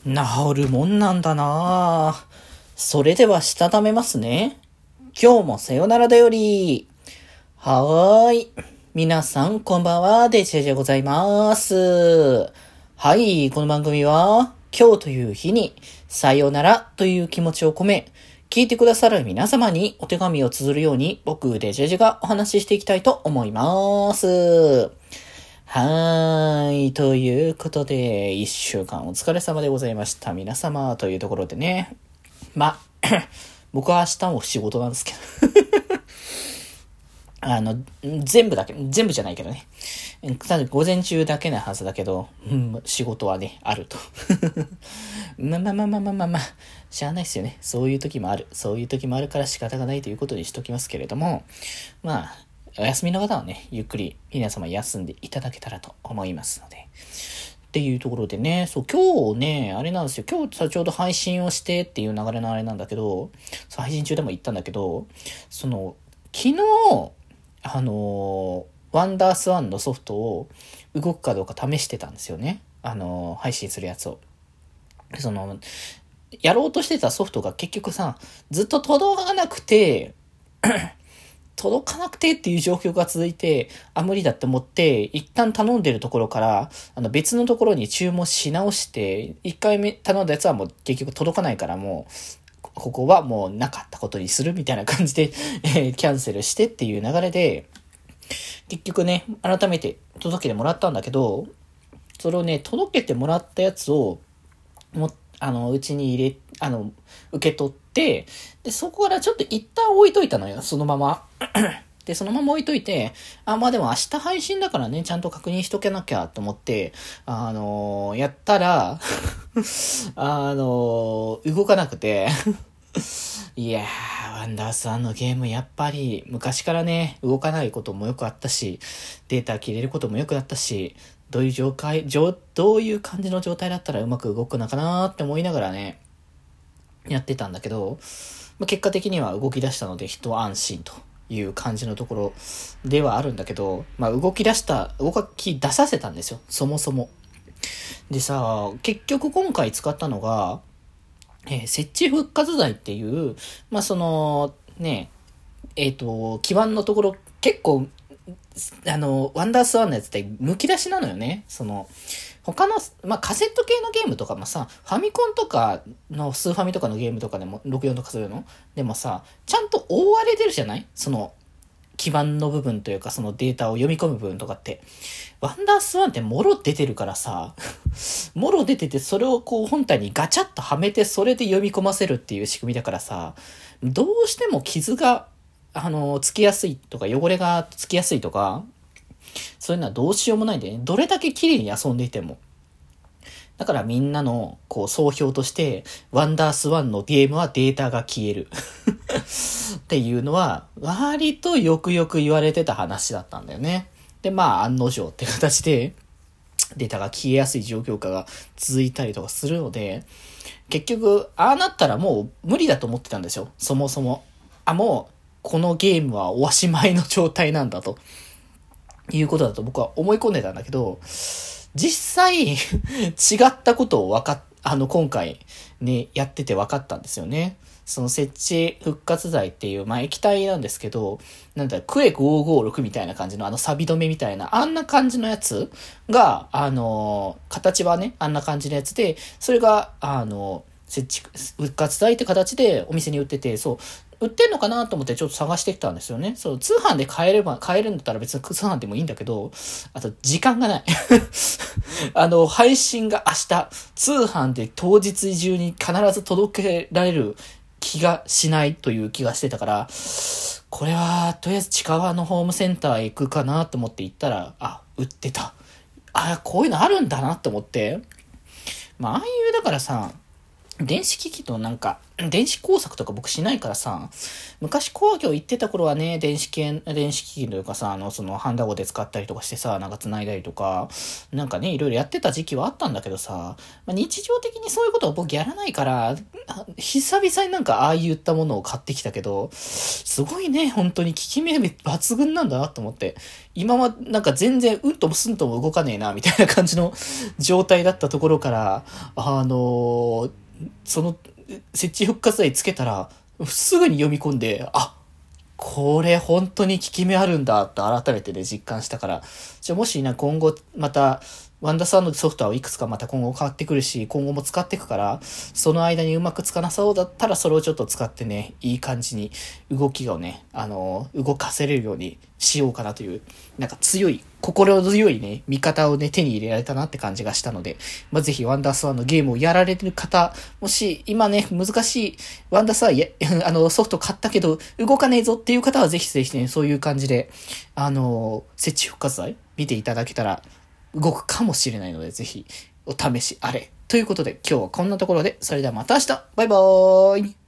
治るもんなんだなぁ。それではしたためますね。今日もさよならだより。はーい。皆さんこんばんは、デジェジでございます。はい、この番組は今日という日にさよならという気持ちを込め、聞いてくださる皆様にお手紙を綴るように僕デジェジがお話ししていきたいと思います。はーい。ということで、一週間お疲れ様でございました。皆様というところでね。僕は明日も仕事なんですけど。全部じゃないけどね。ただ午前中だけなはずだけど、仕事はね、あると。まあ、しゃあないっすよね。そういう時もある。そういう時もあるから仕方がないということにしときますけれども、お休みの方はね、ゆっくり皆様休んでいただけたらと思いますので。っていうところでね、そう、今日ね、あれなんですよ。今日さ、ちょうど配信をしてっていう流れのあれなんだけど、配信中でも言ったんだけど、昨日、ワンダースワンのソフトを動くかどうか試してたんですよね。配信するやつを。やろうとしてたソフトが結局さ、ずっと届かなくてっていう状況が続いて、無理だって思って、一旦頼んでるところから、別のところに注文し直して、一回目頼んだやつはもう結局届かないからもう、ここはもうなかったことにするみたいな感じでキャンセルしてっていう流れで、結局ね、改めて届けてもらったんだけど、それをね、届けてもらったやつを、うちに受け取って、で、そこからちょっと一旦置いといたのよ、そのまま。で、そのまま置いといて、でも明日配信だからね、ちゃんと確認しとけなきゃと思って、やったら、動かなくて、いやー、ワンダースワンのゲームやっぱり昔からね、動かないこともよくあったし、データ切れることもよくあったし、どういう感じの状態だったらうまく動くのかなーって思いながらね、やってたんだけど、結果的には動き出したので一安心という感じのところではあるんだけど、動き出させたんですよ、そもそも。でさ、結局今回使ったのが、設置復活剤っていう、基盤のところ結構、ワンダースワンのやつって剥き出しなのよね。他の、カセット系のゲームとかもさ、ファミコンとかの、スーファミとかのゲームとかでも、64とかそういうのでもさ、ちゃんと覆われてるじゃない？基盤の部分というか、そのデータを読み込む部分とかって。ワンダースワンってもろ出てるからさ、もろ出てて、それをこう本体にガチャッとはめて、それで読み込ませるっていう仕組みだからさ、どうしても傷が、つきやすいとか、汚れがつきやすいとか、そういうのはどうしようもないんでね。どれだけ綺麗に遊んでいても。だからみんなの、総評として、ワンダースワンのゲームはデータが消える。っていうのは、割とよくよく言われてた話だったんだよね。で、案の定って形で、データが消えやすい状況下が続いたりとかするので、結局、なったらもう無理だと思ってたんですよ。そもそも。もう、このゲームはおしまいの状態なんだと。いうことだと僕は思い込んでたんだけど、実際、違ったことを今回ね、やってて分かったんですよね。その設置復活剤っていう、液体なんですけど、クエ556みたいな感じの錆止めみたいな、あんな感じのやつが、形はね、あんな感じのやつで、それが、設置復活剤って形でお店に売ってて、そう、売ってんのかなと思ってちょっと探してきたんですよね。そう、通販で買えるんだったら別に通販でもいいんだけど、あと時間がない。配信が明日、通販で当日中に必ず届けられる気がしないという気がしてたから、これは、とりあえず近場のホームセンターへ行くかなと思って行ったら、売ってた。こういうのあるんだなと思って。ああいう、だからさ、 電子機器となんか、電子工作とか僕しないからさ、昔工業行ってた頃はね、電子機器というかさ、そのハンダゴで使ったりとかしてさ、なんか繋いだりとか、なんかね、いろいろやってた時期はあったんだけどさ、日常的にそういうことを僕やらないから、久々になんかああいったものを買ってきたけど、すごいね、本当に効き目抜群なんだなと思って、今はなんか全然うんともすんとも動かねえな、みたいな感じの状態だったところから、その設置復活剤つけたら、すぐに読み込んで、あ、これ本当に効き目あるんだって改めてね、実感したから。もし今後また、ワンダさんのソフトはいくつかまた今後変わってくるし、今後も使っていくから、その間にうまくつかなそうだったらそれをちょっと使ってね、いい感じに動きをね、動かせれるようにしようかなという、なんか心強いね、味方をね、手に入れられたなって感じがしたので、ぜひワンダースワンのゲームをやられてる方、もし今ね、難しいワンダースワンソフト買ったけど動かねえぞっていう方はぜひぜひね、そういう感じで、設置復活剤見ていただけたら、動くかもしれないので、ぜひお試しあれ。ということで今日はこんなところで、それではまた明日バイバーイ